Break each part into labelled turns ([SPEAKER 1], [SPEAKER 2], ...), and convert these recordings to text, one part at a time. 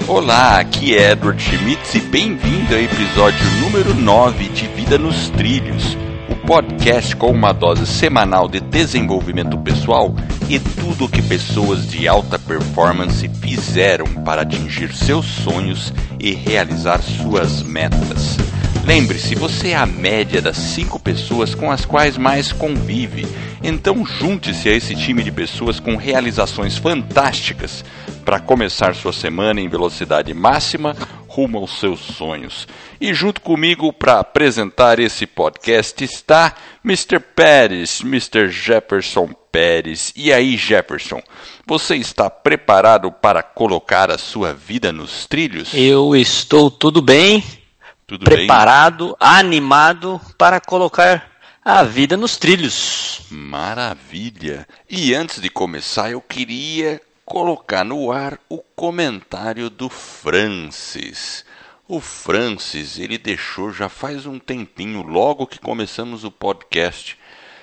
[SPEAKER 1] Olá, aqui é Edward Schmitz e bem-vindo ao episódio número 9 de Vida nos Trilhos, o podcast com uma dose semanal de desenvolvimento pessoal e tudo o que pessoas de alta performance fizeram para atingir seus sonhos e realizar suas metas. Lembre-se, você é a média das 5 pessoas com as quais mais convive, então junte-se a esse time de pessoas com realizações fantásticas para começar sua semana em velocidade máxima rumo aos seus sonhos. E junto comigo para apresentar esse podcast está Mr. Pérez, Mr. Jefferson Pérez. E aí, Jefferson, você está preparado para colocar a sua vida nos trilhos?
[SPEAKER 2] Eu estou tudo bem, preparado, animado para colocar a vida nos trilhos.
[SPEAKER 1] Maravilha! E antes de começar, eu queria colocar no ar o comentário do Francis. O Francis, ele deixou já faz um tempinho, logo que começamos o podcast,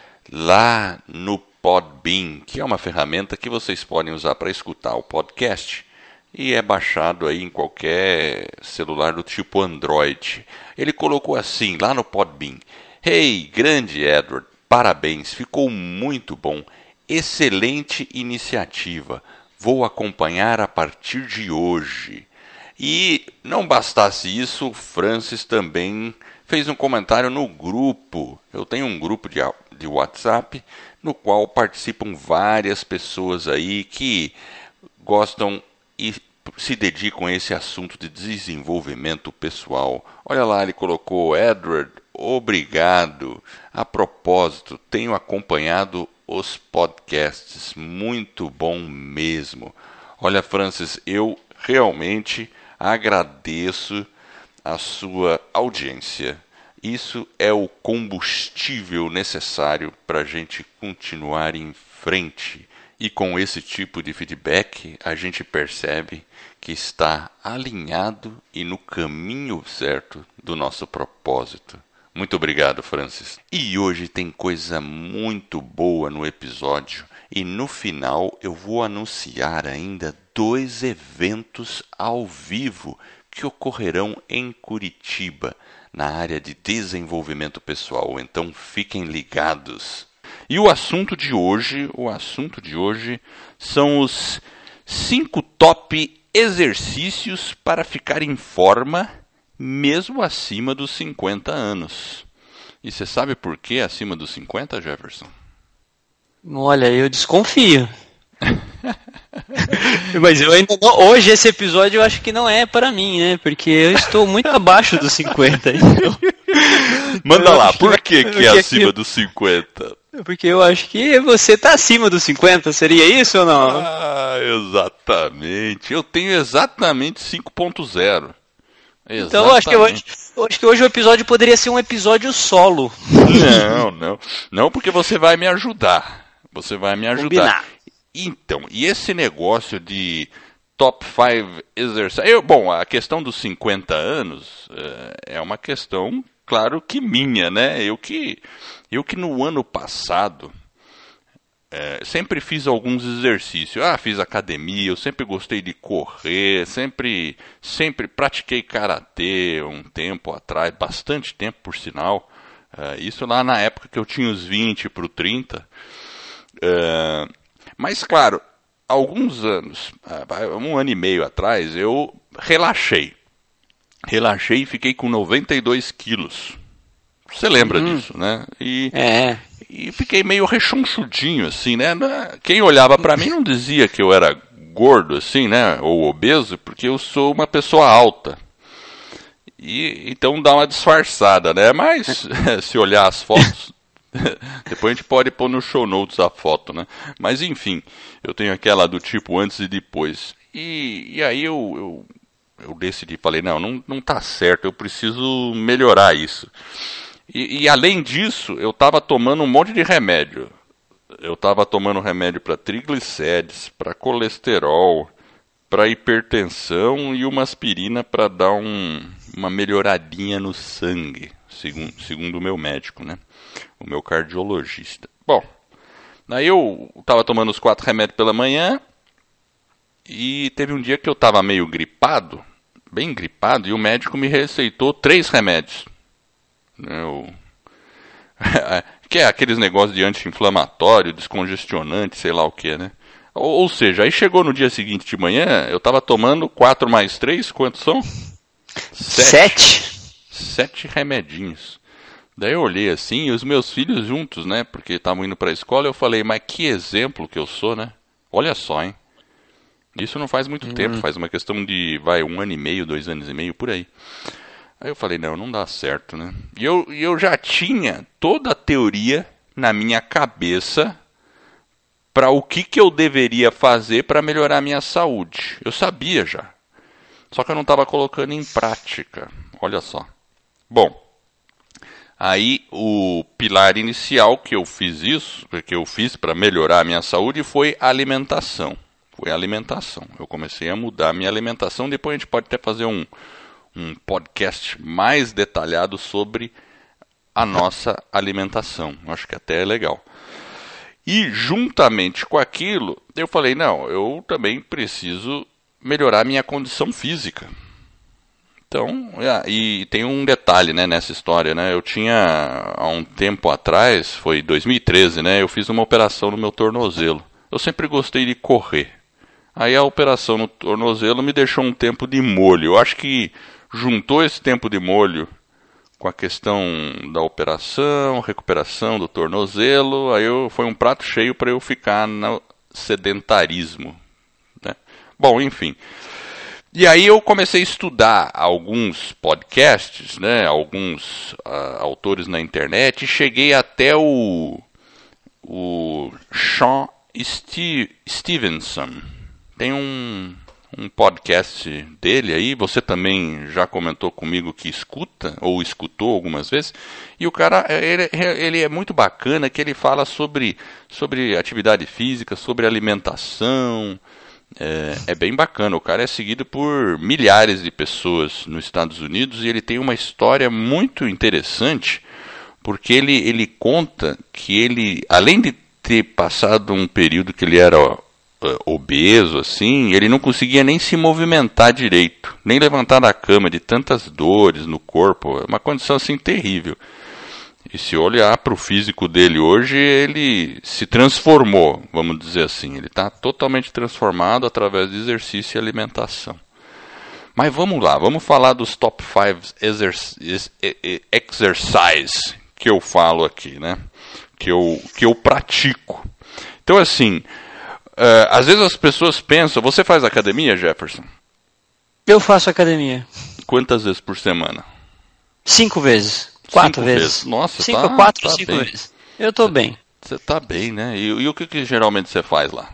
[SPEAKER 1] lá no Podbean, que é uma ferramenta que vocês podem usar para escutar o podcast e é baixado aí em qualquer celular do tipo Android. Ele colocou assim, lá no Podbean: Hey, grande Edward, parabéns, ficou muito bom, excelente iniciativa. Vou acompanhar a partir de hoje. E não bastasse isso, o Francis também fez um comentário no grupo. Eu tenho um grupo de WhatsApp no qual participam várias pessoas aí que gostam e se dedicam a esse assunto de desenvolvimento pessoal. Olha lá, ele colocou: Edward, obrigado. A propósito, tenho acompanhado os podcasts, muito bom mesmo. Olha, Francis, eu realmente agradeço a sua audiência. Isso é o combustível necessário para a gente continuar em frente. E com esse tipo de feedback, a gente percebe que está alinhado e no caminho certo do nosso propósito. Muito obrigado, Francis. E hoje tem coisa muito boa no episódio. E no final eu vou anunciar ainda 2 eventos ao vivo que ocorrerão em Curitiba, na área de desenvolvimento pessoal. Então fiquem ligados. E o assunto de hoje são os 5 top exercícios para ficar em forma mesmo acima dos 50 anos. E você sabe por que acima dos 50, Jefferson?
[SPEAKER 2] Olha, eu desconfio. Mas eu ainda não. Hoje esse episódio eu acho que não é para mim, né? Porque eu estou muito abaixo dos 50. Então...
[SPEAKER 1] Manda lá, por que é acima dos 50?
[SPEAKER 2] Porque eu acho que você está acima dos 50, seria isso ou não?
[SPEAKER 1] Ah, exatamente. Eu tenho exatamente 5.0.
[SPEAKER 2] Então eu acho que hoje o episódio poderia ser um episódio solo.
[SPEAKER 1] Não, porque você vai me ajudar.
[SPEAKER 2] Combinar.
[SPEAKER 1] Então, e esse negócio de top 5 exercícios... Bom, a questão dos 50 anos é uma questão, claro que minha, né? Eu que no ano passado sempre fiz alguns exercícios. Fiz academia, eu sempre gostei de correr, sempre pratiquei karatê um tempo atrás, bastante tempo por sinal. Isso lá na época que eu tinha os 20 para os 30. Mas claro, alguns anos, 1 ano e meio atrás, eu relaxei e fiquei com 92 quilos. Você lembra disso, né? E fiquei meio rechonchudinho, assim, né? Quem olhava pra mim não dizia que eu era gordo, assim, né? Ou obeso, porque eu sou uma pessoa alta. E então dá uma disfarçada, né? Mas se olhar as fotos, depois a gente pode pôr no show notes a foto, né? Mas enfim, eu tenho aquela do tipo antes e depois. E aí eu decidi, falei, não tá certo, eu preciso melhorar isso. E além disso, eu estava tomando um monte de remédio. Eu estava tomando remédio para triglicérides, para colesterol, para hipertensão e uma aspirina para dar uma melhoradinha no sangue, segundo o meu médico, né? O meu cardiologista. Bom, daí eu estava tomando os 4 remédios pela manhã E teve um dia que eu estava meio gripado, bem gripado, e o médico me receitou 3 remédios. Que é aqueles negócios de anti-inflamatório, descongestionante, sei lá o que, né? Ou seja, aí chegou no dia seguinte de manhã, eu estava tomando 4 mais 3, quantos são? 7 remedinhos. Daí eu olhei assim, e os meus filhos juntos, né? Porque estavam indo para a escola, eu falei, mas que exemplo que eu sou, né? Olha só, hein? Isso não faz muito tempo, faz uma questão de, 1 ano e meio, 2 anos e meio, por aí. Aí eu falei, não dá certo, né? E eu já tinha toda a teoria na minha cabeça para o que eu deveria fazer para melhorar a minha saúde. Eu sabia já. Só que eu não estava colocando em prática. Olha só. Bom, aí o pilar inicial que eu fiz para melhorar a minha saúde foi a alimentação. Foi a alimentação. Eu comecei a mudar a minha alimentação. Depois a gente pode até fazer um podcast mais detalhado sobre a nossa alimentação. Acho que até é legal. E juntamente com aquilo, eu falei, não, eu também preciso melhorar a minha condição física. Então, e tem um detalhe, né, nessa história, né? Eu tinha, há um tempo atrás, foi 2013, né? Eu fiz uma operação no meu tornozelo. Eu sempre gostei de correr. Aí a operação no tornozelo me deixou um tempo de molho. Eu acho que juntou esse tempo de molho com a questão da operação, recuperação do tornozelo, aí foi um prato cheio para eu ficar no sedentarismo, né? Bom, enfim. E aí eu comecei a estudar alguns podcasts, né, alguns autores na internet, e cheguei até o Shawn Stevenson. Tem um podcast dele aí, você também já comentou comigo que escuta, ou escutou algumas vezes, e o cara, ele é muito bacana, que ele fala sobre atividade física, sobre alimentação, é bem bacana. O cara é seguido por milhares de pessoas nos Estados Unidos, e ele tem uma história muito interessante, porque ele conta que ele, além de ter passado um período que ele era obeso, assim, ele não conseguia nem se movimentar direito, nem levantar da cama, de tantas dores no corpo, uma condição assim terrível. E se olhar para o físico dele hoje, ele se transformou, vamos dizer assim, ele está totalmente transformado através de exercício e alimentação. Mas vamos lá, vamos falar dos top 5 exercise que eu falo aqui, né? Que eu pratico. Então, assim, às vezes as pessoas pensam, você faz academia, Jefferson?
[SPEAKER 2] Eu faço academia.
[SPEAKER 1] Quantas vezes por semana?
[SPEAKER 2] 5 vezes. 4 vezes.
[SPEAKER 1] Nossa,
[SPEAKER 2] 5, 4, 5 vezes. Eu estou bem.
[SPEAKER 1] Você está bem, né? E o que geralmente você faz lá?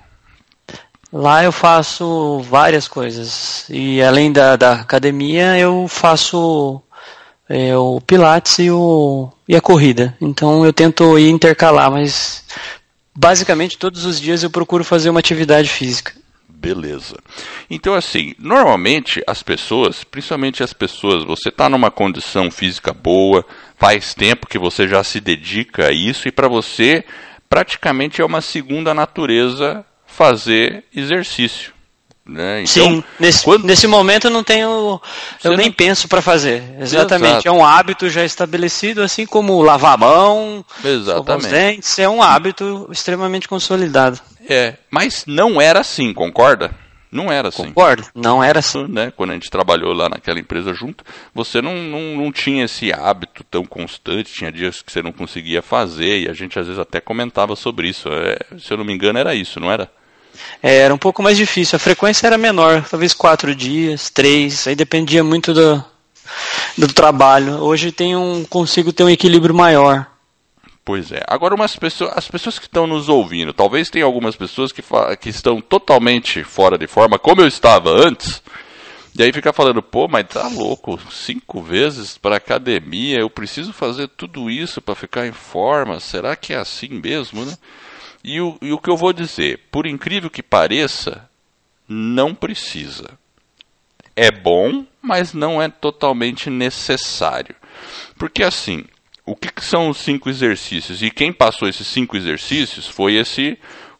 [SPEAKER 2] Lá eu faço várias coisas. E além da academia, eu faço o pilates e a corrida. Então eu tento ir intercalar, mas basicamente todos os dias eu procuro fazer uma atividade física.
[SPEAKER 1] Beleza. Então, assim, normalmente as pessoas, principalmente as pessoas, você está numa condição física boa, faz tempo que você já se dedica a isso, e para você praticamente é uma segunda natureza fazer exercício, né? Então,
[SPEAKER 2] sim, nesse momento eu não tenho, eu nem penso para fazer. Exatamente. Exato. É um hábito já estabelecido, assim como lavar a mão, escovar os dentes, é um hábito extremamente consolidado.
[SPEAKER 1] Mas não era assim, concorda? Não era assim.
[SPEAKER 2] Concordo, não era assim.
[SPEAKER 1] Né? Quando a gente trabalhou lá naquela empresa junto, você não tinha esse hábito tão constante, tinha dias que você não conseguia fazer, e a gente às vezes até comentava sobre isso. Se eu não me engano era isso, não era?
[SPEAKER 2] Era um pouco mais difícil, a frequência era menor, talvez 4 dias, 3, aí dependia muito do trabalho. Hoje consigo ter um equilíbrio maior.
[SPEAKER 1] Pois é. Agora, as pessoas que estão nos ouvindo, talvez tenha algumas pessoas que estão totalmente fora de forma, como eu estava antes, e aí fica falando, pô, mas tá louco, 5 vezes para academia, eu preciso fazer tudo isso para ficar em forma, será que é assim mesmo, né? E o que eu vou dizer, por incrível que pareça, não precisa. É bom, mas não é totalmente necessário. Porque assim, o que são os 5 exercícios? E quem passou esses 5 exercícios foi esse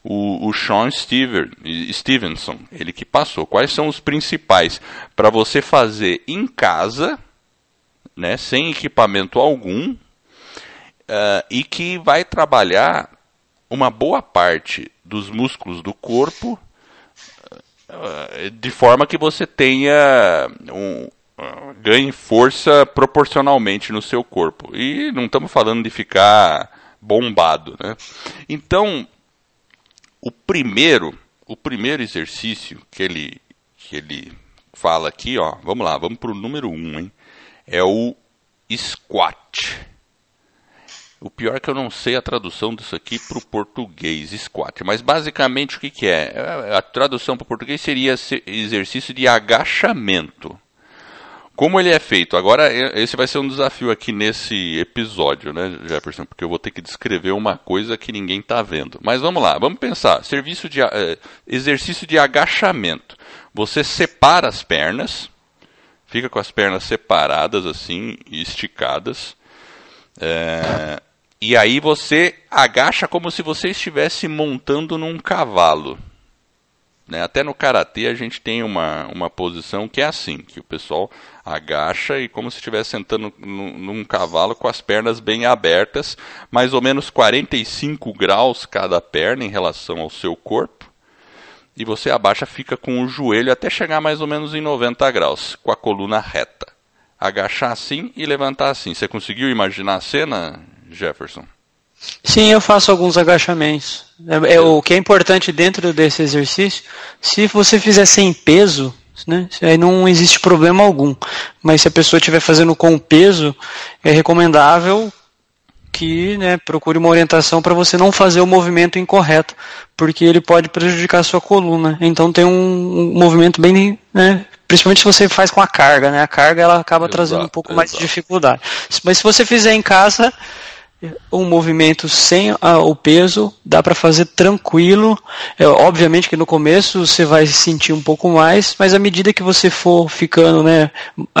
[SPEAKER 1] o Sean Stevenson, ele que passou. Quais são os principais para você fazer em casa, né, sem equipamento algum, e que vai trabalhar uma boa parte dos músculos do corpo, de forma que você tenha ganhe força proporcionalmente no seu corpo. E não estamos falando de ficar bombado, né? Então, o primeiro exercício que ele fala aqui, ó, vamos lá, vamos para o número 1, hein? É o squat. O pior é que eu não sei a tradução disso aqui para o português, squat. Mas basicamente o que é? A tradução para o português seria exercício de agachamento. Como ele é feito? Agora, esse vai ser um desafio aqui nesse episódio, né, Jefferson? Porque eu vou ter que descrever uma coisa que ninguém está vendo. Mas vamos lá, vamos pensar. Exercício de agachamento. Você separa as pernas, fica com as pernas separadas assim, esticadas. E aí você agacha como se você estivesse montando num cavalo. Até no karatê a gente tem uma posição que é assim, que o pessoal agacha e como se estivesse sentando num cavalo com as pernas bem abertas, mais ou menos 45 graus cada perna em relação ao seu corpo, e você abaixa, fica com o joelho até chegar mais ou menos em 90 graus, com a coluna reta. Agachar assim e levantar assim. Você conseguiu imaginar a cena, Jefferson?
[SPEAKER 2] Sim, eu faço alguns agachamentos. O que é importante dentro desse exercício, se você fizer sem peso, né, aí não existe problema algum. Mas se a pessoa estiver fazendo com peso, é recomendável que, né, procure uma orientação para você não fazer o movimento incorreto, porque ele pode prejudicar a sua coluna. Então tem um movimento bem, né, principalmente se você faz com a carga, né? A carga ela acaba trazendo um pouco mais de dificuldade. Mas se você fizer em casa, um movimento sem o peso, dá para fazer tranquilo. Obviamente que no começo você vai sentir um pouco mais, mas à medida que você for ficando, né,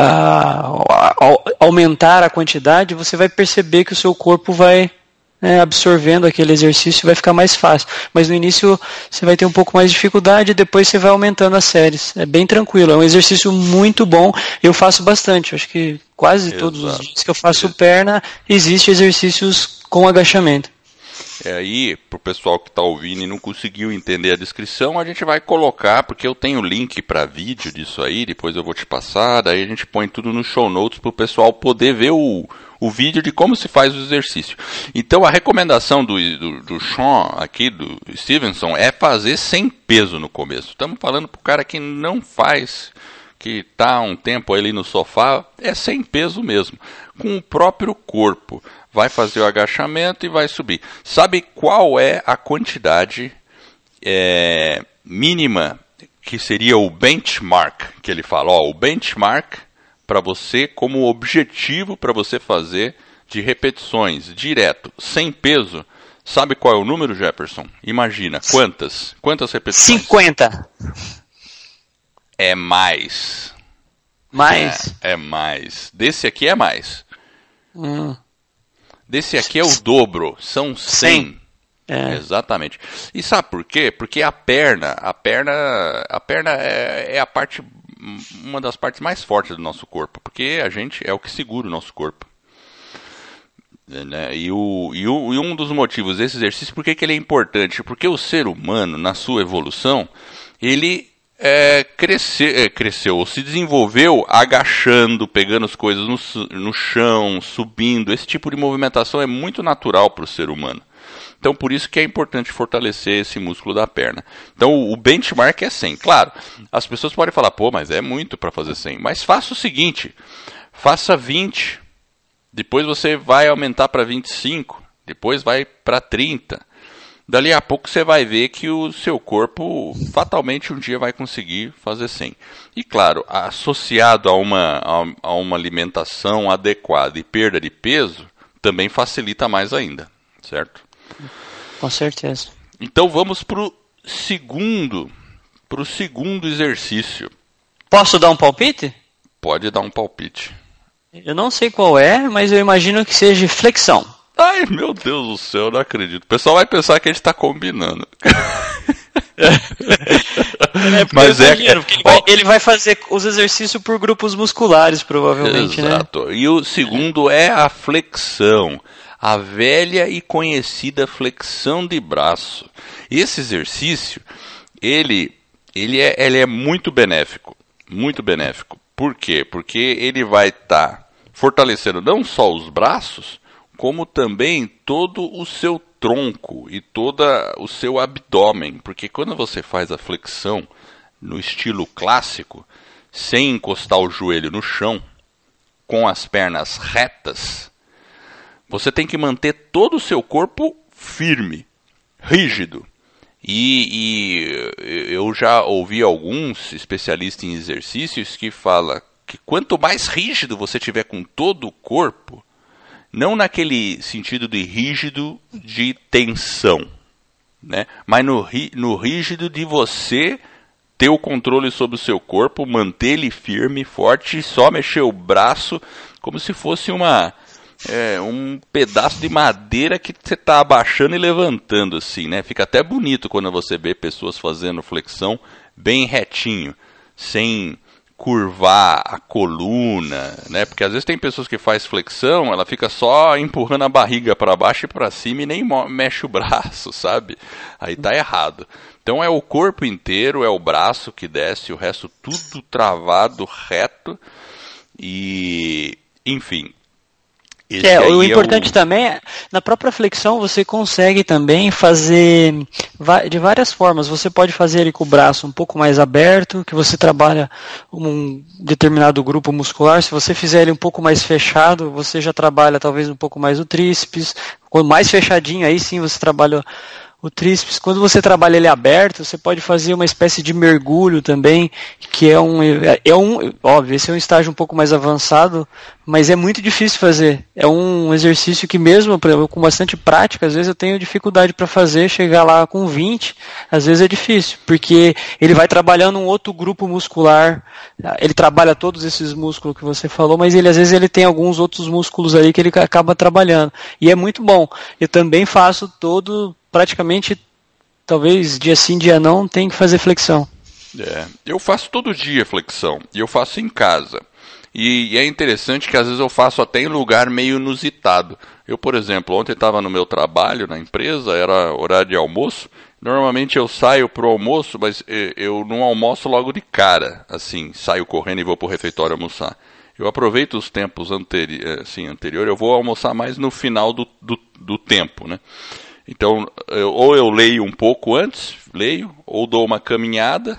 [SPEAKER 2] aumentar a quantidade, você vai perceber que o seu corpo vai, né, absorvendo aquele exercício e vai ficar mais fácil. Mas no início você vai ter um pouco mais de dificuldade e depois você vai aumentando as séries. É bem tranquilo, é um exercício muito bom. Eu faço bastante, acho que quase todos os dias que eu faço perna, existem exercícios com agachamento.
[SPEAKER 1] Aí, para o pessoal que está ouvindo e não conseguiu entender a descrição, a gente vai colocar, porque eu tenho link para vídeo disso aí, depois eu vou te passar, daí a gente põe tudo no show notes para o pessoal poder ver o vídeo de como se faz o exercício. Então a recomendação do Sean aqui, do Stevenson, é fazer sem peso no começo. Estamos falando para o cara que não faz, que está um tempo ali no sofá, é sem peso mesmo, com o próprio corpo. Vai fazer o agachamento e vai subir. Sabe qual é a quantidade mínima, que seria o benchmark, que ele fala? O benchmark para você, como objetivo para você fazer de repetições, direto, sem peso. Sabe qual é o número, Jefferson? Imagina, quantas repetições?
[SPEAKER 2] 50.
[SPEAKER 1] É mais.
[SPEAKER 2] Mais?
[SPEAKER 1] É mais. Desse aqui é mais. Desse aqui é o dobro, são 100. Exatamente. E sabe por quê? Porque a perna é a parte, uma das partes mais fortes do nosso corpo, porque a gente é o que segura o nosso corpo. Né? E um dos motivos desse exercício, por que ele é importante? Porque o ser humano, na sua evolução, ele cresceu, ou se desenvolveu agachando, pegando as coisas no chão, subindo. Esse tipo de movimentação é muito natural para o ser humano. Então, por isso que é importante fortalecer esse músculo da perna. Então, o benchmark é 100. Claro, as pessoas podem falar, pô, mas é muito para fazer 100. Mas faça o seguinte, faça 20. Depois você vai aumentar para 25. Depois vai para 30. Dali a pouco você vai ver que o seu corpo fatalmente um dia vai conseguir fazer 100. E claro, associado a uma alimentação adequada e perda de peso, também facilita mais ainda, certo?
[SPEAKER 2] Com certeza.
[SPEAKER 1] Então vamos para o segundo exercício.
[SPEAKER 2] Posso dar um palpite?
[SPEAKER 1] Pode dar um palpite.
[SPEAKER 2] Eu não sei qual é, mas eu imagino que seja flexão.
[SPEAKER 1] Ai, meu Deus do céu, eu não acredito. O pessoal vai pensar que a gente tá combinando.
[SPEAKER 2] Mas ele vai fazer os exercícios por grupos musculares, provavelmente,
[SPEAKER 1] exato.
[SPEAKER 2] Né?
[SPEAKER 1] E o segundo é a flexão. A velha e conhecida flexão de braço. Esse exercício, ele é muito benéfico. Muito benéfico. Por quê? Porque ele vai estar fortalecendo não só os braços, como também todo o seu tronco e todo o seu abdômen. Porque quando você faz a flexão no estilo clássico, sem encostar o joelho no chão, com as pernas retas, você tem que manter todo o seu corpo firme, rígido. E eu já ouvi alguns especialistas em exercícios que falam que quanto mais rígido você tiver com todo o corpo, não naquele sentido de rígido de tensão, né? Mas no rígido de você ter o controle sobre o seu corpo, manter ele firme, forte, e só mexer o braço como se fosse um pedaço de madeira que você está abaixando e levantando, assim, né? Fica até bonito quando você vê pessoas fazendo flexão bem retinho, sem curvar a coluna, né? Porque às vezes tem pessoas que faz flexão, ela fica só empurrando a barriga para baixo e para cima e nem mexe o braço, sabe? Aí tá errado. Então é o corpo inteiro, é o braço que desce, o resto tudo travado, reto e, enfim.
[SPEAKER 2] O importante também é, na própria flexão você consegue também fazer de várias formas. Você pode fazer ele com o braço um pouco mais aberto, que você trabalha um determinado grupo muscular. Se você fizer ele um pouco mais fechado, você já trabalha talvez um pouco mais o tríceps. Quanto mais fechadinho, aí sim você trabalha o tríceps. Quando você trabalha ele aberto, você pode fazer uma espécie de mergulho também, que óbvio, esse é um estágio um pouco mais avançado, mas é muito difícil fazer. É um exercício que mesmo com bastante prática, às vezes eu tenho dificuldade para fazer, chegar lá com 20, às vezes é difícil, porque ele vai trabalhando um outro grupo muscular, ele trabalha todos esses músculos que você falou, mas às vezes ele tem alguns outros músculos aí que ele acaba trabalhando. E é muito bom. Eu também faço praticamente, talvez dia sim, dia não, tem que fazer flexão.
[SPEAKER 1] Eu faço todo dia flexão, e eu faço em casa. E é interessante que às vezes eu faço até em lugar meio inusitado. Eu, por exemplo, ontem estava no meu trabalho, na empresa, era horário de almoço. Normalmente eu saio pro almoço, mas eu não almoço logo de cara, assim, saio correndo e vou pro refeitório almoçar. Eu aproveito os tempos anteriores, eu vou almoçar mais no final do tempo, né? Então, ou eu leio um pouco antes, ou dou uma caminhada,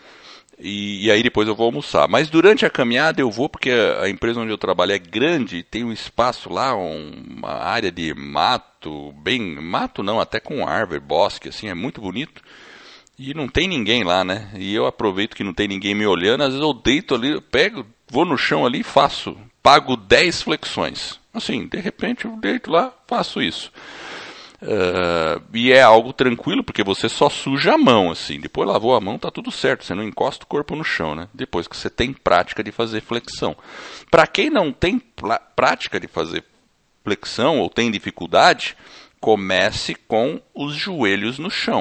[SPEAKER 1] e aí depois eu vou almoçar. Mas durante a caminhada eu vou, porque a empresa onde eu trabalho é grande, tem um espaço lá, uma área de mato, mato não, até com árvore, bosque, assim, é muito bonito. E não tem ninguém lá, né? E eu aproveito que não tem ninguém me olhando, às vezes eu deito ali, eu pego, vou no chão ali e pago 10 flexões. Assim, de repente eu deito lá, faço isso. E é algo tranquilo, porque você só suja a mão, assim. Depois lavou a mão, tá tudo certo. Você não encosta o corpo no chão, né? Depois que você tem prática de fazer flexão. Para quem não tem prática de fazer flexão ou tem dificuldade, comece com os joelhos no chão.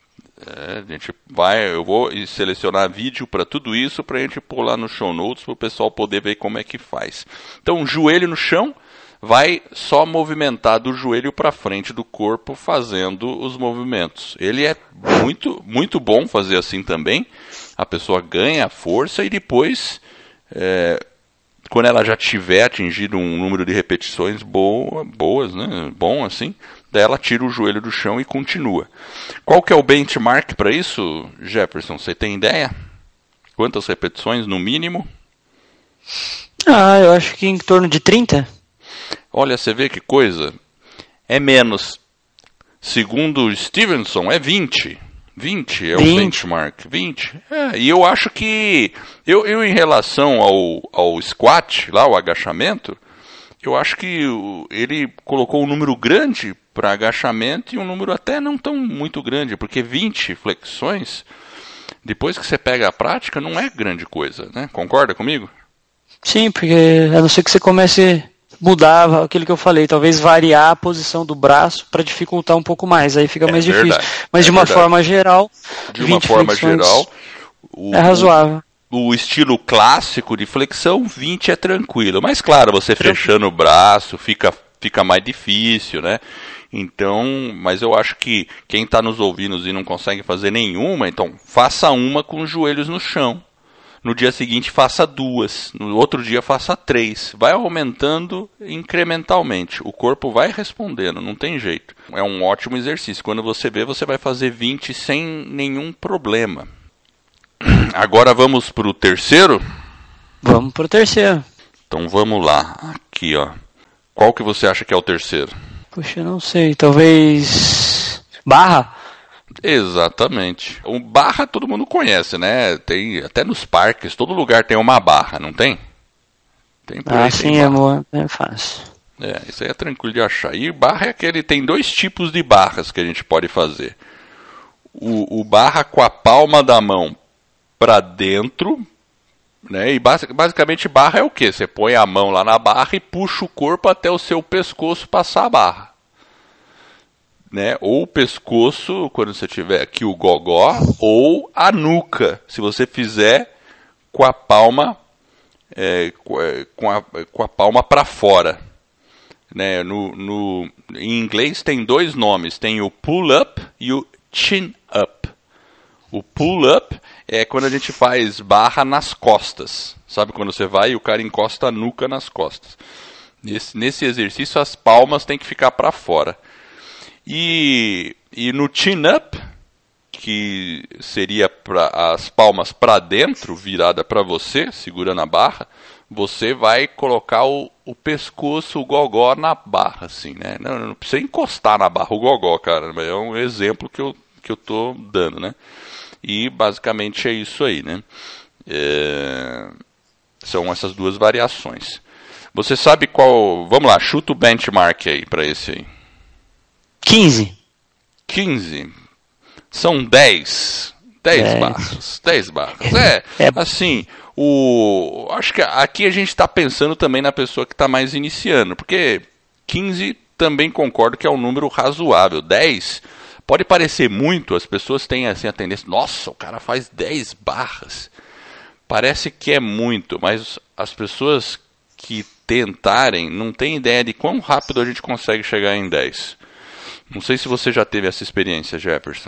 [SPEAKER 1] Eu vou selecionar vídeo para tudo isso, para a gente pôr lá no show notes, para o pessoal poder ver como é que faz. Então, joelho no chão. Vai só movimentar do joelho para frente do corpo fazendo os movimentos. Ele é muito, muito bom fazer assim também. A pessoa ganha força e depois, quando ela já tiver atingido um número de repetições boas, né? Bom assim, daí ela tira o joelho do chão e continua. Qual que é o benchmark para isso, Jefferson? Você tem ideia? Quantas repetições no mínimo?
[SPEAKER 2] Eu acho que em torno de 30.
[SPEAKER 1] Olha, você vê que coisa. É menos. Segundo o Stevenson, é 20. 20 é o benchmark. 20. E eu acho que... Eu em relação ao squat, lá, o agachamento, eu acho que ele colocou um número grande para agachamento e um número até não tão muito grande, porque 20 flexões, depois que você pega a prática, não é grande coisa, né? Concorda comigo?
[SPEAKER 2] Sim, porque a não ser que você comece mudar aquilo que eu falei, talvez variar a posição do braço para dificultar um pouco mais, aí fica mais difícil. Mas de uma forma geral,
[SPEAKER 1] de uma forma geral,
[SPEAKER 2] é razoável.
[SPEAKER 1] O estilo clássico de flexão, 20 é tranquilo. Mas claro, você fechando o braço fica mais difícil, né? Então, mas eu acho que quem está nos ouvindo e não consegue fazer nenhuma, então faça uma com os joelhos no chão. No dia seguinte faça 2, no outro dia faça 3. Vai aumentando incrementalmente. O corpo vai respondendo, não tem jeito. É um ótimo exercício. Quando você vê, você vai fazer 20 sem nenhum problema. Agora vamos para o terceiro?
[SPEAKER 2] Vamos para o terceiro.
[SPEAKER 1] Então vamos lá. Aqui, ó. Qual que você acha que é o terceiro?
[SPEAKER 2] Puxa, não sei. Talvez barra?
[SPEAKER 1] Exatamente. O barra todo mundo conhece, né? Tem até nos parques, todo lugar tem uma barra, não tem? Tem por aí,
[SPEAKER 2] sim, é fácil.
[SPEAKER 1] Isso aí é tranquilo de achar. E barra é aquele, tem 2 tipos de barras que a gente pode fazer. O barra com a palma da mão para dentro, né? E basicamente barra é o quê? Você põe a mão lá na barra e puxa o corpo até o seu pescoço passar a barra. Né? Ou o pescoço, quando você tiver aqui o gogó, ou a nuca, se você fizer com a palma com a palma para fora. Né? Em inglês tem 2 nomes, tem o pull-up e o chin-up. O pull-up é quando a gente faz barra nas costas. Sabe quando você vai e o cara encosta a nuca nas costas. Nesse exercício as palmas têm que ficar para fora. E no chin-up, que seria as palmas para dentro, virada para você, segurando a barra, você vai colocar o pescoço, o gogó na barra, assim, né? Não precisa encostar na barra o gogó, cara, mas é um exemplo que eu tô dando, né? E basicamente é isso aí, né? São essas 2 variações. Você sabe qual... Vamos lá, chuta o benchmark aí para esse aí.
[SPEAKER 2] 15.
[SPEAKER 1] 15. São 10. 10 barras. 10 barras. Assim, acho que aqui a gente está pensando também na pessoa que está mais iniciando, porque 15 também concordo que é um número razoável. 10 pode parecer muito, as pessoas têm assim a tendência, nossa, o cara faz 10 barras. Parece que é muito, mas as pessoas que tentarem não têm ideia de quão rápido a gente consegue chegar em 10. Não sei se você já teve essa experiência, Jefferson.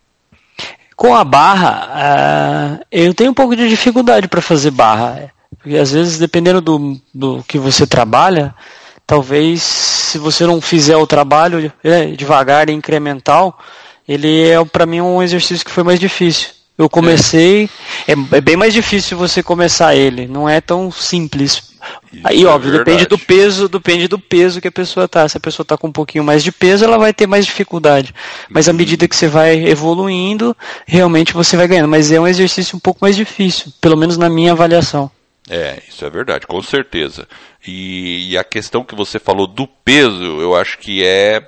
[SPEAKER 2] Com a barra, eu tenho um pouco de dificuldade para fazer barra. Porque às vezes, dependendo do que você trabalha, talvez se você não fizer o trabalho devagar e incremental, ele é para mim um exercício que foi mais difícil. Eu comecei, é bem mais difícil você começar ele, não é tão simples. Aí, óbvio, depende do peso que a pessoa tá. Se a pessoa tá com um pouquinho mais de peso, ela vai ter mais dificuldade. Mas à medida que você vai evoluindo, realmente você vai ganhando. Mas é um exercício um pouco mais difícil, pelo menos na minha avaliação.
[SPEAKER 1] Isso é verdade, com certeza. E a questão que você falou do peso, eu acho que é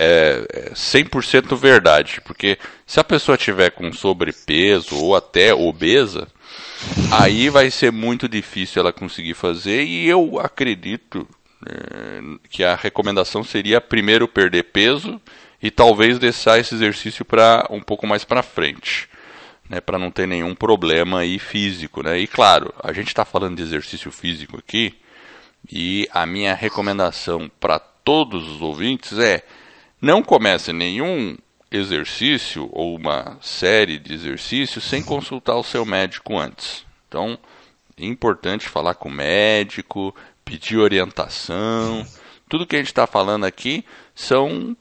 [SPEAKER 1] 100% verdade, porque se a pessoa tiver com sobrepeso ou até obesa, aí vai ser muito difícil ela conseguir fazer, e eu acredito que a recomendação seria primeiro perder peso e talvez deixar esse exercício para um pouco mais para frente, né, para não ter nenhum problema aí físico, né? E claro, a gente está falando de exercício físico aqui, e a minha recomendação para todos os ouvintes é: não comece nenhum exercício ou uma série de exercícios sem consultar o seu médico antes. Então, é importante falar com o médico, pedir orientação. Tudo que a gente está falando aqui são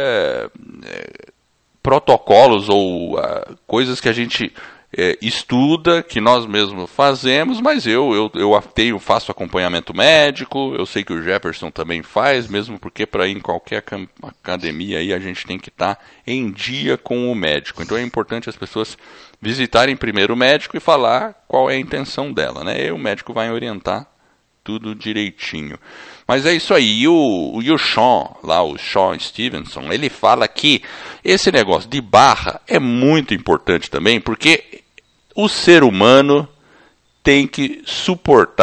[SPEAKER 1] protocolos ou coisas que a gente estuda, que nós mesmos fazemos, mas eu faço acompanhamento médico, eu sei que o Jefferson também faz, mesmo porque para ir em qualquer academia aí a gente tem que estar em dia com o médico. Então é importante as pessoas visitarem primeiro o médico e falar qual é a intenção dela, né? E o médico vai orientar tudo direitinho. Mas é isso aí. E o Sean Stevenson, ele fala que esse negócio de barra é muito importante também, porque o ser humano tem que suportar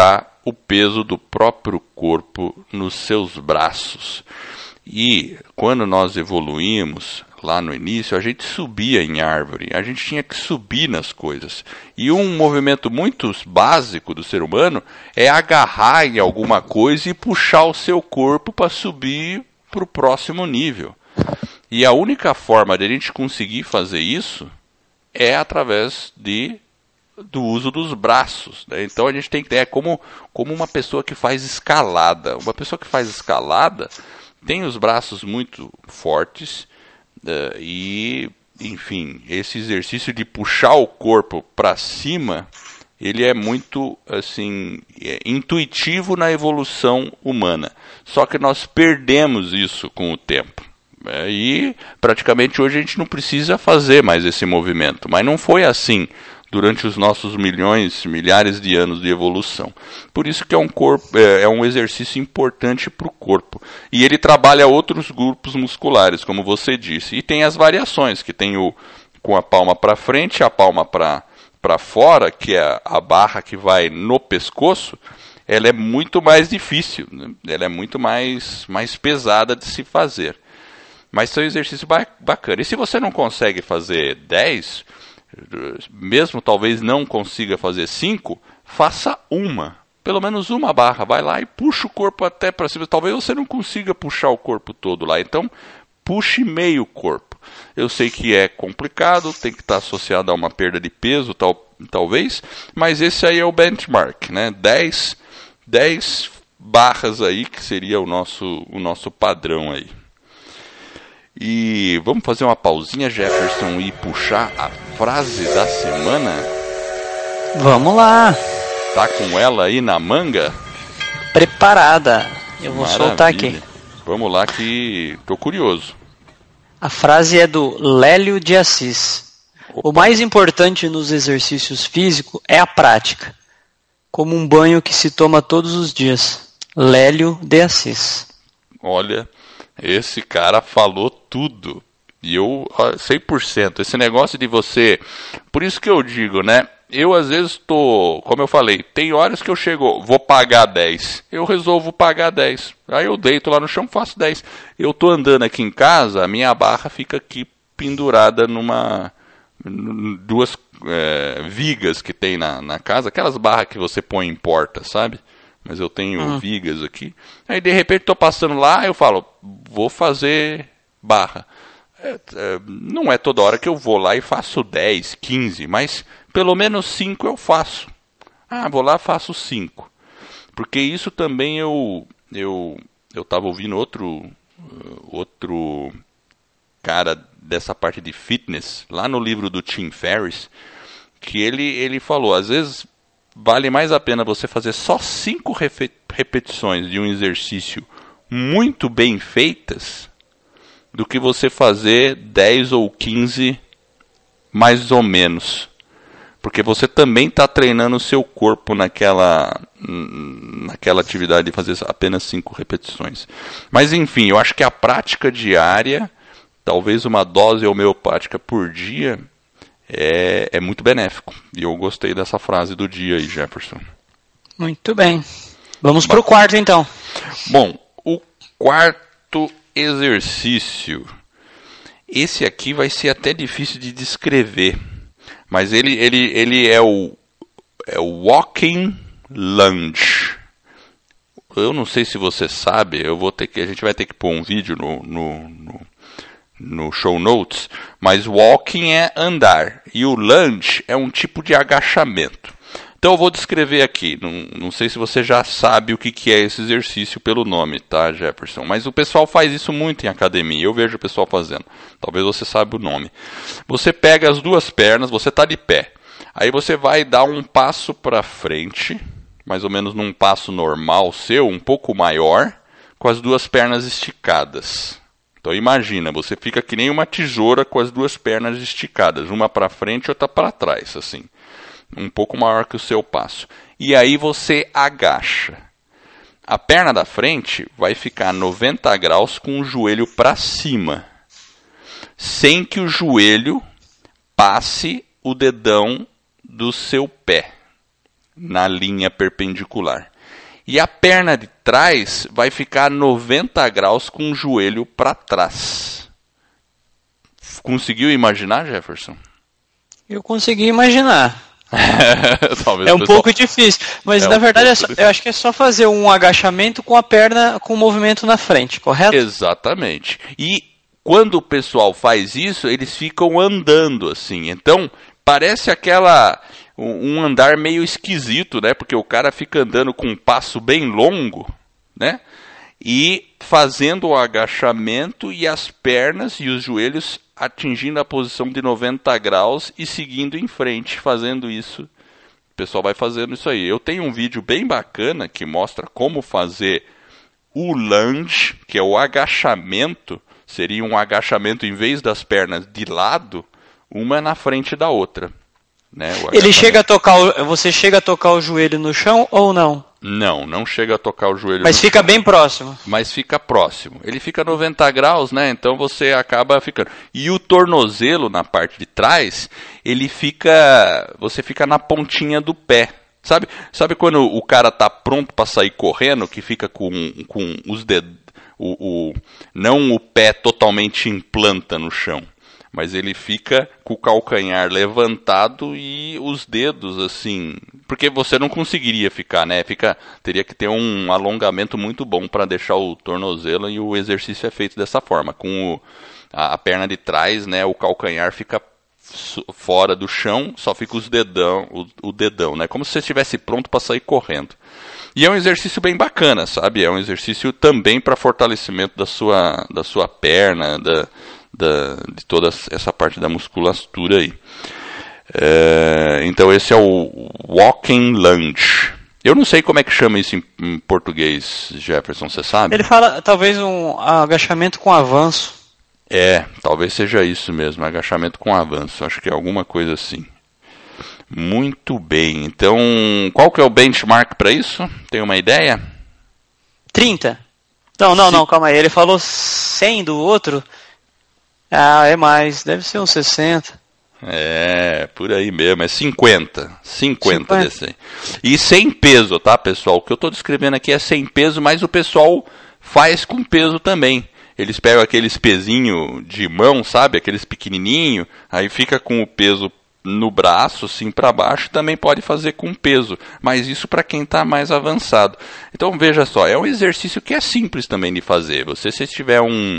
[SPEAKER 1] o peso do próprio corpo nos seus braços. E quando nós evoluímos, lá no início, a gente subia em árvore, a gente tinha que subir nas coisas. E um movimento muito básico do ser humano é agarrar em alguma coisa e puxar o seu corpo para subir para o próximo nível. E a única forma de a gente conseguir fazer isso é através do uso dos braços, né? Então a gente tem que como uma pessoa que faz escalada. Uma pessoa que faz escalada tem os braços muito fortes e, enfim, esse exercício de puxar o corpo para cima, ele é muito assim intuitivo na evolução humana. Só que nós perdemos isso com o tempo. E praticamente hoje a gente não precisa fazer mais esse movimento. Mas não foi assim durante os nossos milhares de anos de evolução. Por isso que é um exercício importante para o corpo. E ele trabalha outros grupos musculares, como você disse. E tem as variações, que tem com a palma para frente, a palma para fora, que é a barra que vai no pescoço. Ela é muito mais difícil, né? Ela é muito mais pesada de se fazer. Mas são exercícios bacanas. E se você não consegue fazer 10... mesmo talvez não consiga fazer 5, faça pelo menos uma barra, vai lá e puxa o corpo até para cima. Talvez você não consiga puxar o corpo todo lá, então puxe meio corpo. Eu sei que é complicado, tem que estar associado a uma perda de peso, talvez, mas esse aí é o benchmark, né? 10 barras aí, que seria o nosso padrão aí. E vamos fazer uma pausinha, Jefferson, e puxar a frase da semana?
[SPEAKER 2] Vamos lá.
[SPEAKER 1] Tá com ela aí na manga?
[SPEAKER 2] Preparada. Eu vou
[SPEAKER 1] Maravilha.
[SPEAKER 2] soltar aqui.
[SPEAKER 1] Vamos lá que tô curioso.
[SPEAKER 2] A frase é do Lélio de Assis.
[SPEAKER 1] Opa.
[SPEAKER 2] O mais importante nos exercícios físicos é a prática, como um banho que se toma todos os dias. Lélio de Assis.
[SPEAKER 1] Olha, esse cara falou tudo. E eu, 100%. Esse negócio de você... Por isso que eu digo, né? Eu, às vezes, como eu falei, tem horas que eu vou pagar 10. Eu resolvo pagar 10. Aí eu deito lá no chão e faço 10. Eu tô andando aqui em casa, a minha barra fica aqui pendurada duas vigas que tem na casa. Aquelas barras que você põe em porta, sabe? Mas eu tenho vigas aqui. Aí, de repente, estou passando lá, eu falo, vou fazer barra. Não é toda hora que eu vou lá e faço 10, 15, mas pelo menos 5 eu faço. Vou lá e faço 5. Porque isso também eu estava ouvindo outro cara dessa parte de fitness, lá no livro do Tim Ferriss, que ele falou, às vezes vale mais a pena você fazer só 5 repetições de um exercício muito bem feitas do que você fazer 10 ou 15 mais ou menos. Porque você também está treinando o seu corpo naquela atividade de fazer apenas 5 repetições. Mas enfim, eu acho que a prática diária, talvez uma dose homeopática por dia, é muito benéfico. E eu gostei dessa frase do dia aí, Jefferson.
[SPEAKER 2] Muito bem. Vamos para o quarto, então.
[SPEAKER 1] Bom, o quarto exercício. Esse aqui vai ser até difícil de descrever. Mas ele é o walking lunge. Eu não sei se você sabe, a gente vai ter que pôr um vídeo no show notes, mas walking é andar e o lunge é um tipo de agachamento. Então eu vou descrever aqui, não sei se você já sabe o que é esse exercício pelo nome, tá, Jefferson? Mas o pessoal faz isso muito em academia, eu vejo o pessoal fazendo. Talvez você saiba o nome. Você pega as duas pernas, você está de pé. Aí você vai dar um passo para frente, mais ou menos num passo normal seu, um pouco maior, com as duas pernas esticadas. Então imagina, você fica que nem uma tesoura com as duas pernas esticadas, uma para frente e outra para trás, assim. Um pouco maior que o seu passo. E aí você agacha. A perna da frente vai ficar 90 graus com o joelho para cima, sem que o joelho passe o dedão do seu pé na linha perpendicular. E a perna de trás vai ficar 90 graus com o joelho para trás. Conseguiu imaginar, Jefferson?
[SPEAKER 2] Eu consegui imaginar.
[SPEAKER 1] Talvez
[SPEAKER 2] é um pouco difícil, mas na verdade eu acho que é só fazer um agachamento com a perna com o movimento na frente, correto?
[SPEAKER 1] Exatamente. E quando o pessoal faz isso, eles ficam andando assim. Então, parece um andar meio esquisito, né? Porque o cara fica andando com um passo bem longo, né? E fazendo o agachamento e as pernas e os joelhos atingindo a posição de 90 graus e seguindo em frente, fazendo isso. O pessoal vai fazendo isso aí. Eu tenho um vídeo bem bacana que mostra como fazer o lunge, que é o agachamento. Seria um agachamento, em vez das pernas de lado, uma na frente da outra. Né?
[SPEAKER 2] Você chega a tocar o joelho no chão ou não?
[SPEAKER 1] Não chega a tocar o joelho.
[SPEAKER 2] Mas fica bem próximo.
[SPEAKER 1] Mas fica próximo. Ele fica 90 graus, né? Então você acaba ficando. E o tornozelo na parte de trás, você fica na pontinha do pé. Sabe quando o cara tá pronto para sair correndo, que fica com os dedos, não o pé totalmente em planta no chão, mas ele fica com o calcanhar levantado e os dedos assim, porque você não conseguiria ficar, né? Teria que ter um alongamento muito bom para deixar o tornozelo, e o exercício é feito dessa forma, com a perna de trás, né? O calcanhar fica fora do chão, só fica o dedão, né? Como se você estivesse pronto para sair correndo. E é um exercício bem bacana, sabe? É um exercício também para fortalecimento da sua perna, de toda essa parte da musculatura aí. Então esse é o Walking Lunge. Eu não sei como é que chama isso em português, Jefferson, você sabe?
[SPEAKER 2] Ele fala talvez um agachamento com avanço.
[SPEAKER 1] Talvez seja isso mesmo, agachamento com avanço. Acho que é alguma coisa assim. Muito bem. Então, qual que é o benchmark para isso? Tem uma ideia?
[SPEAKER 2] 30. Não, calma aí. Ele falou 100 do outro. É mais. Deve ser uns 60.
[SPEAKER 1] Por aí mesmo. É 50 desse aí. E sem peso, tá, pessoal? O que eu estou descrevendo aqui é sem peso, mas o pessoal faz com peso também. Eles pegam aqueles pezinhos de mão, sabe? Aqueles pequenininhos. Aí fica com o peso no braço, assim, para baixo. Também pode fazer com peso. Mas isso para quem está mais avançado. Então, veja só. É um exercício que é simples também de fazer. Se tiver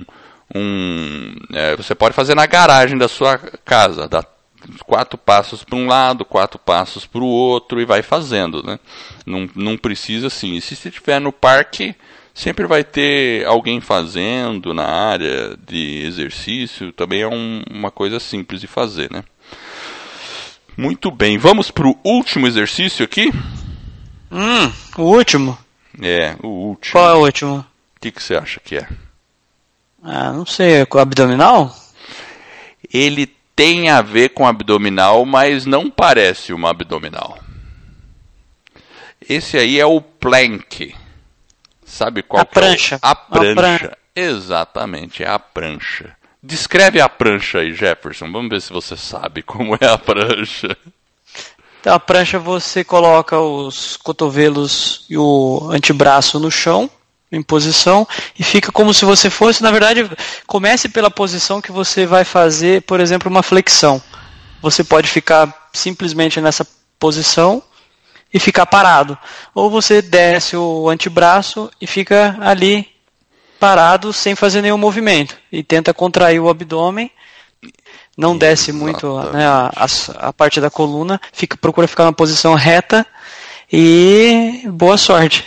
[SPEAKER 1] você pode fazer na garagem da sua casa. Dá 4 passos para um lado, 4 passos para o outro e vai fazendo, né? Não precisa assim. E se você estiver no parque, sempre vai ter alguém fazendo na área de exercício. Também é uma coisa simples de fazer, né? Muito bem. Vamos para o último exercício aqui?
[SPEAKER 2] O último?
[SPEAKER 1] O último.
[SPEAKER 2] Qual é o último?
[SPEAKER 1] O que você acha que é?
[SPEAKER 2] Não sei. Com o abdominal?
[SPEAKER 1] Ele tem a ver com abdominal, mas não parece uma abdominal. Esse aí é o plank. Sabe qual que
[SPEAKER 2] prancha.
[SPEAKER 1] É a prancha. Exatamente, é a prancha. Descreve a prancha aí, Jefferson. Vamos ver se você sabe como é a prancha.
[SPEAKER 2] Então, a prancha você coloca os cotovelos e o antebraço no chão, em posição, e fica como se você fosse, na verdade, comece pela posição que você vai fazer, por exemplo, uma flexão. Você pode ficar simplesmente nessa posição e ficar parado. Ou você desce o antebraço e fica ali parado sem fazer nenhum movimento. E tenta contrair o abdômen. Não desce muito, né, a parte da coluna. Procura ficar numa posição reta. E boa sorte.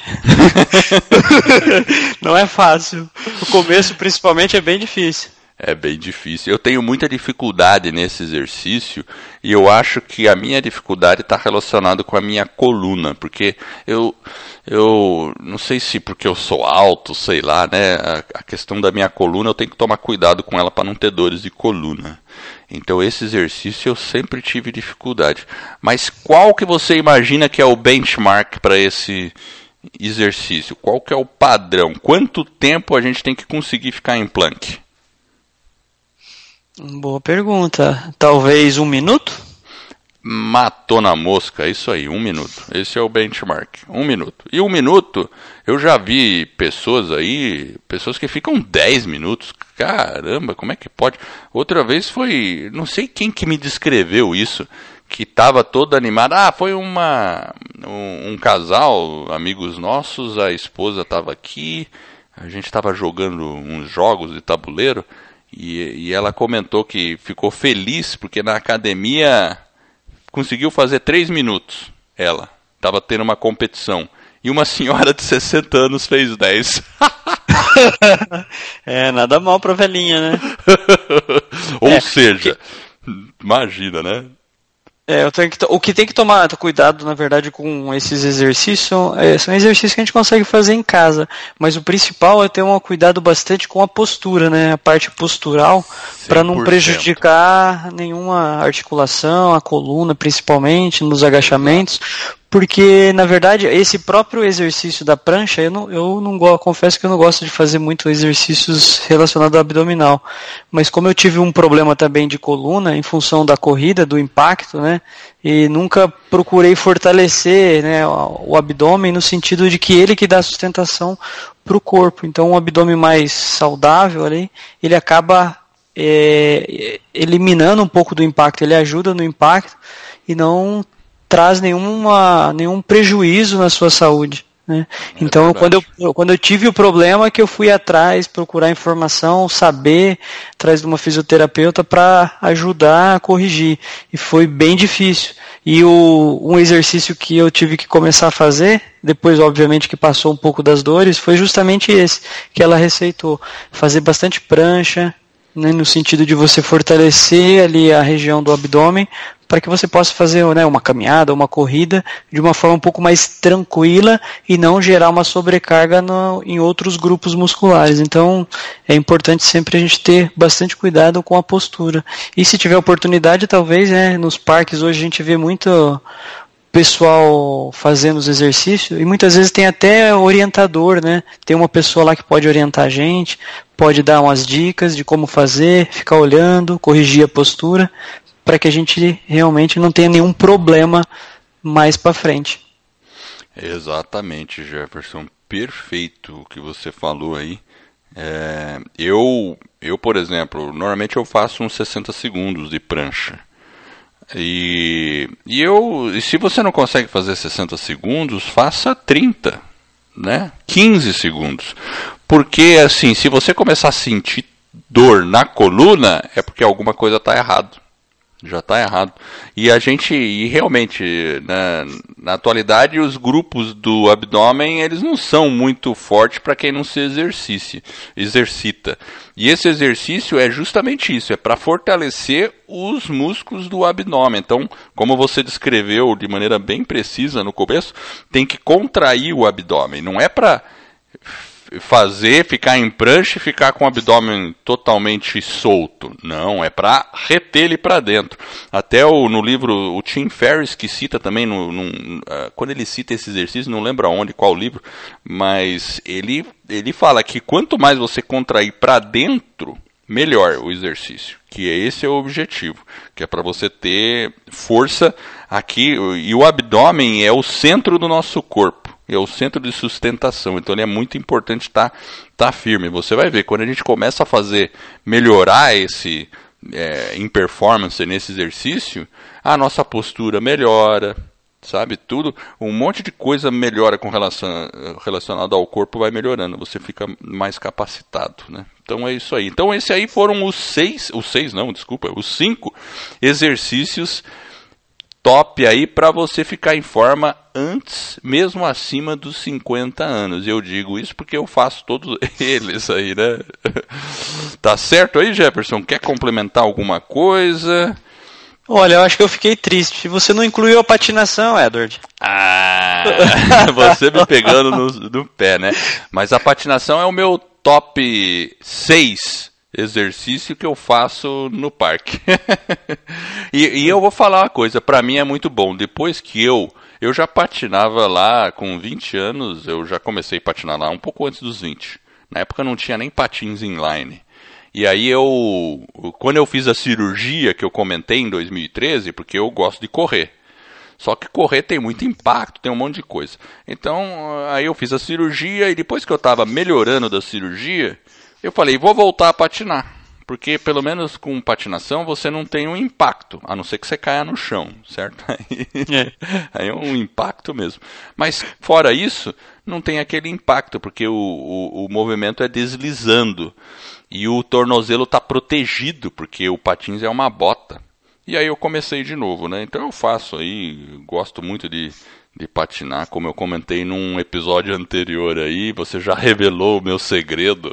[SPEAKER 2] Não é fácil. O começo, principalmente, é bem difícil.
[SPEAKER 1] É bem difícil. Eu tenho muita dificuldade nesse exercício e eu acho que a minha dificuldade está relacionada com a minha coluna, porque eu não sei se porque eu sou alto, sei lá, né? A questão da minha coluna eu tenho que tomar cuidado com ela para não ter dores de coluna. Então esse exercício eu sempre tive dificuldade. Mas qual que você imagina que é o benchmark para esse exercício? Qual que é o padrão? Quanto tempo a gente tem que conseguir ficar em plank?
[SPEAKER 2] Boa pergunta. Talvez 1 minuto?
[SPEAKER 1] matou na mosca, é isso aí, 1 minuto. Esse é o benchmark, 1 minuto. E 1 minuto, eu já vi pessoas que ficam 10 minutos. Caramba, como é que pode? Outra vez foi, não sei quem que me descreveu isso, que estava todo animado. Foi um casal, amigos nossos, a esposa estava aqui, a gente estava jogando uns jogos de tabuleiro, e ela comentou que ficou feliz porque na academia conseguiu fazer 3 minutos. Ela estava tendo uma competição. E uma senhora de 60 anos fez 10.
[SPEAKER 2] Nada mal pra velhinha, né?
[SPEAKER 1] Ou seja, imagina, né?
[SPEAKER 2] O que tem que tomar cuidado, na verdade, com esses exercícios são exercícios que a gente consegue fazer em casa. Mas o principal é ter um cuidado bastante com a postura, né? A parte postural, para não prejudicar nenhuma articulação, a coluna, principalmente, nos agachamentos. Porque, na verdade, esse próprio exercício da prancha, confesso que eu não gosto de fazer muito exercícios relacionados ao abdominal. Mas como eu tive um problema também de coluna, em função da corrida, do impacto, né? E nunca procurei fortalecer, né, o abdômen no sentido de que ele que dá sustentação para o corpo. Então, um abdômen mais saudável ali, ele acaba eliminando um pouco do impacto, ele ajuda no impacto e não traz nenhum prejuízo na sua saúde, né? Então, quando eu tive o problema, que eu fui atrás, procurar informação, saber, atrás de uma fisioterapeuta para ajudar a corrigir. E foi bem difícil. E um exercício que eu tive que começar a fazer, depois, obviamente, que passou um pouco das dores, foi justamente esse que ela receitou. Fazer bastante prancha, né, no sentido de você fortalecer ali a região do abdômen, para que você possa fazer, né, uma caminhada, uma corrida de uma forma um pouco mais tranquila e não gerar uma sobrecarga em outros grupos musculares. Então, é importante sempre a gente ter bastante cuidado com a postura. E se tiver oportunidade, talvez, né, nos parques hoje a gente vê muito pessoal fazendo os exercícios, e muitas vezes tem até orientador, né? Tem uma pessoa lá que pode orientar a gente, pode dar umas dicas de como fazer, ficar olhando, corrigir a postura, para que a gente realmente não tenha nenhum problema mais para frente.
[SPEAKER 1] Exatamente, Jefferson. Perfeito o que você falou aí. Eu, por exemplo, normalmente eu faço uns 60 segundos de prancha. E se você não consegue fazer 60 segundos, faça 30, né? 15 segundos. Porque, assim, se você começar a sentir dor na coluna, é porque alguma coisa está errado. Já está errado. E realmente, na atualidade, os grupos do abdômen, eles não são muito fortes para quem não se exercita. E esse exercício é justamente isso, é para fortalecer os músculos do abdômen. Então, como você descreveu de maneira bem precisa no começo, tem que contrair o abdômen. Não é para ficar em prancha e ficar com o abdômen totalmente solto. Não, é para reter ele para dentro. Até no livro, o Tim Ferriss, que cita também, quando ele cita esse exercício, não lembro aonde, qual livro, mas ele fala que quanto mais você contrair para dentro, melhor o exercício. Que esse é o objetivo, que é para você ter força aqui, e o abdômen é o centro do nosso corpo. É o centro de sustentação, então ele é muito importante estar firme. Você vai ver, quando a gente começa a melhorar em performance nesse exercício, a nossa postura melhora, sabe, tudo, um monte de coisa melhora relacionado ao corpo, vai melhorando, você fica mais capacitado, né? Então é isso aí. Então esse aí foram os 5 exercícios top aí para você ficar em forma antes, mesmo acima dos 50 anos. Eu digo isso porque eu faço todos eles aí, né? Tá certo aí, Jefferson? Quer complementar alguma coisa?
[SPEAKER 2] Olha, eu acho que eu fiquei triste. Você não incluiu a patinação, Edward.
[SPEAKER 1] Você me pegando no pé, né? Mas a patinação é o meu top 6 exercício que eu faço no parque. e eu vou falar uma coisa, para mim é muito bom. Depois que eu já patinava lá com 20 anos, eu já comecei a patinar lá um pouco antes dos 20. Na época não tinha nem patins inline. E aí quando eu fiz a cirurgia que eu comentei em 2013, porque eu gosto de correr. Só que correr tem muito impacto, tem um monte de coisa. Então, aí eu fiz a cirurgia e depois que eu estava melhorando da cirurgia, eu falei, vou voltar a patinar. Porque pelo menos com patinação você não tem um impacto, a não ser que você caia no chão, certo? Aí é um impacto mesmo. Mas fora isso, não tem aquele impacto, porque o movimento é deslizando. E o tornozelo está protegido, porque o patins é uma bota. E aí eu comecei de novo, né? Então eu faço aí, gosto muito de patinar, como eu comentei num episódio anterior aí, você já revelou o meu segredo.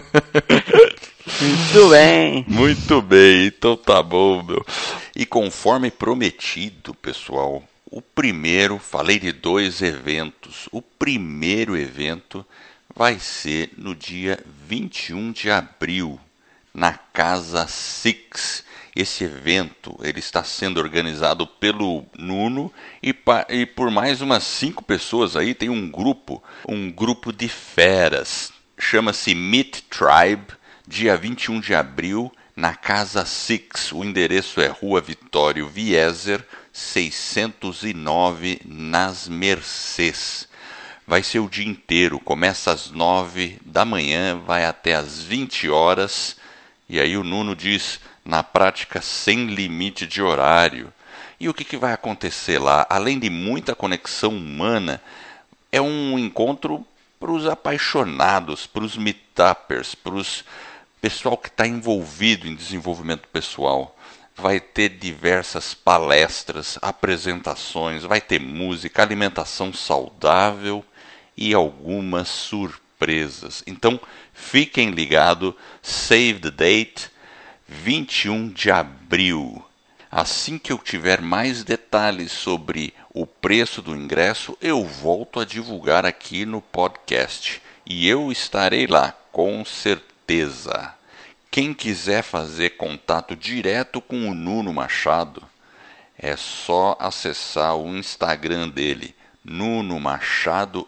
[SPEAKER 2] Muito bem.
[SPEAKER 1] Muito bem, então tá bom, meu. E conforme prometido, pessoal, falei de 2 eventos. O primeiro evento vai ser no dia 21 de abril, na Casa Six. Esse evento ele está sendo organizado pelo Nuno e por mais umas 5 pessoas aí, tem um grupo de feras, chama-se Meet Tribe, dia 21 de abril, na Casa Six. O endereço é Rua Vitório Wieser, 609, nas Mercês. Vai ser o dia inteiro, começa às 9 da manhã, vai até às 20 horas, e aí o Nuno diz, na prática, sem limite de horário. E o que vai acontecer lá? Além de muita conexão humana, é um encontro para os apaixonados, para os meetuppers, para os pessoal que está envolvido em desenvolvimento pessoal. Vai ter diversas palestras, apresentações, vai ter música, alimentação saudável e algumas surpresas. Então, fiquem ligados, save the date, 21 de abril. Assim que eu tiver mais detalhes sobre o preço do ingresso, eu volto a divulgar aqui no podcast. E eu estarei lá, com certeza. Quem quiser fazer contato direto com o Nuno Machado, é só acessar o Instagram dele, Nuno Machado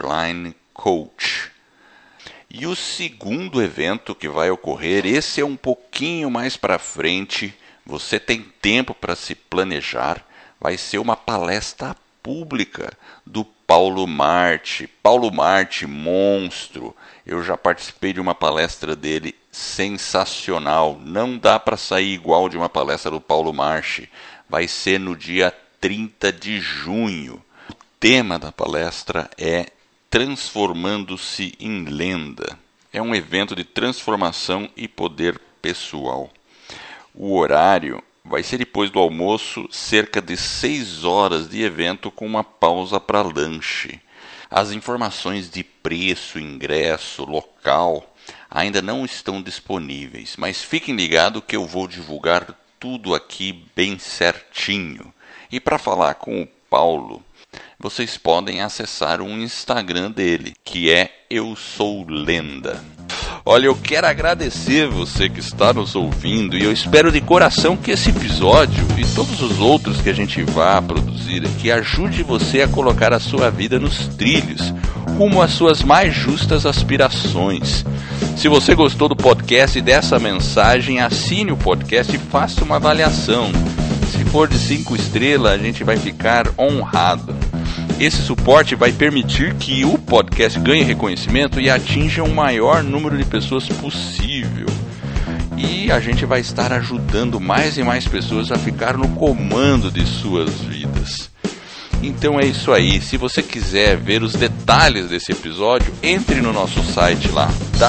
[SPEAKER 1] _coach. E o segundo evento que vai ocorrer, esse é um pouquinho mais para frente, você tem tempo para se planejar, vai ser uma palestra pública do Paulo Marte. Paulo Marte, monstro. Eu já participei de uma palestra dele sensacional. Não dá para sair igual de uma palestra do Paulo Marte. Vai ser no dia 30 de junho. O tema da palestra é Transformando-se em Lenda. É um evento de transformação e poder pessoal. O horário vai ser depois do almoço, cerca de 6 horas de evento com uma pausa para lanche. As informações de preço, ingresso, local ainda não estão disponíveis, mas fiquem ligados que eu vou divulgar tudo aqui bem certinho. E para falar com o Paulo, vocês podem acessar o Instagram dele, que é Eu Sou Lenda. Olha, eu quero agradecer você que está nos ouvindo e eu espero de coração que esse episódio e todos os outros que a gente vá produzir aqui ajude você a colocar a sua vida nos trilhos, rumo às suas mais justas aspirações. Se você gostou do podcast e dessa mensagem, assine o podcast e faça uma avaliação. Se for de 5 estrelas, a gente vai ficar honrado. Esse suporte vai permitir que o podcast ganhe reconhecimento e atinja o maior número de pessoas possível. E a gente vai estar ajudando mais e mais pessoas a ficar no comando de suas vidas. Então é isso aí. Se você quiser ver os detalhes desse episódio, entre no nosso site lá,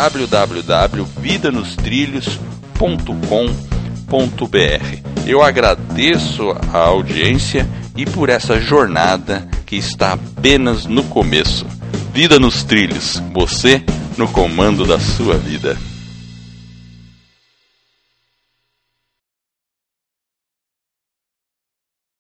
[SPEAKER 1] www.vidanostrilhos.com.br. Eu agradeço a audiência e por essa jornada que está apenas no começo. Vida nos trilhos, você no comando da sua vida.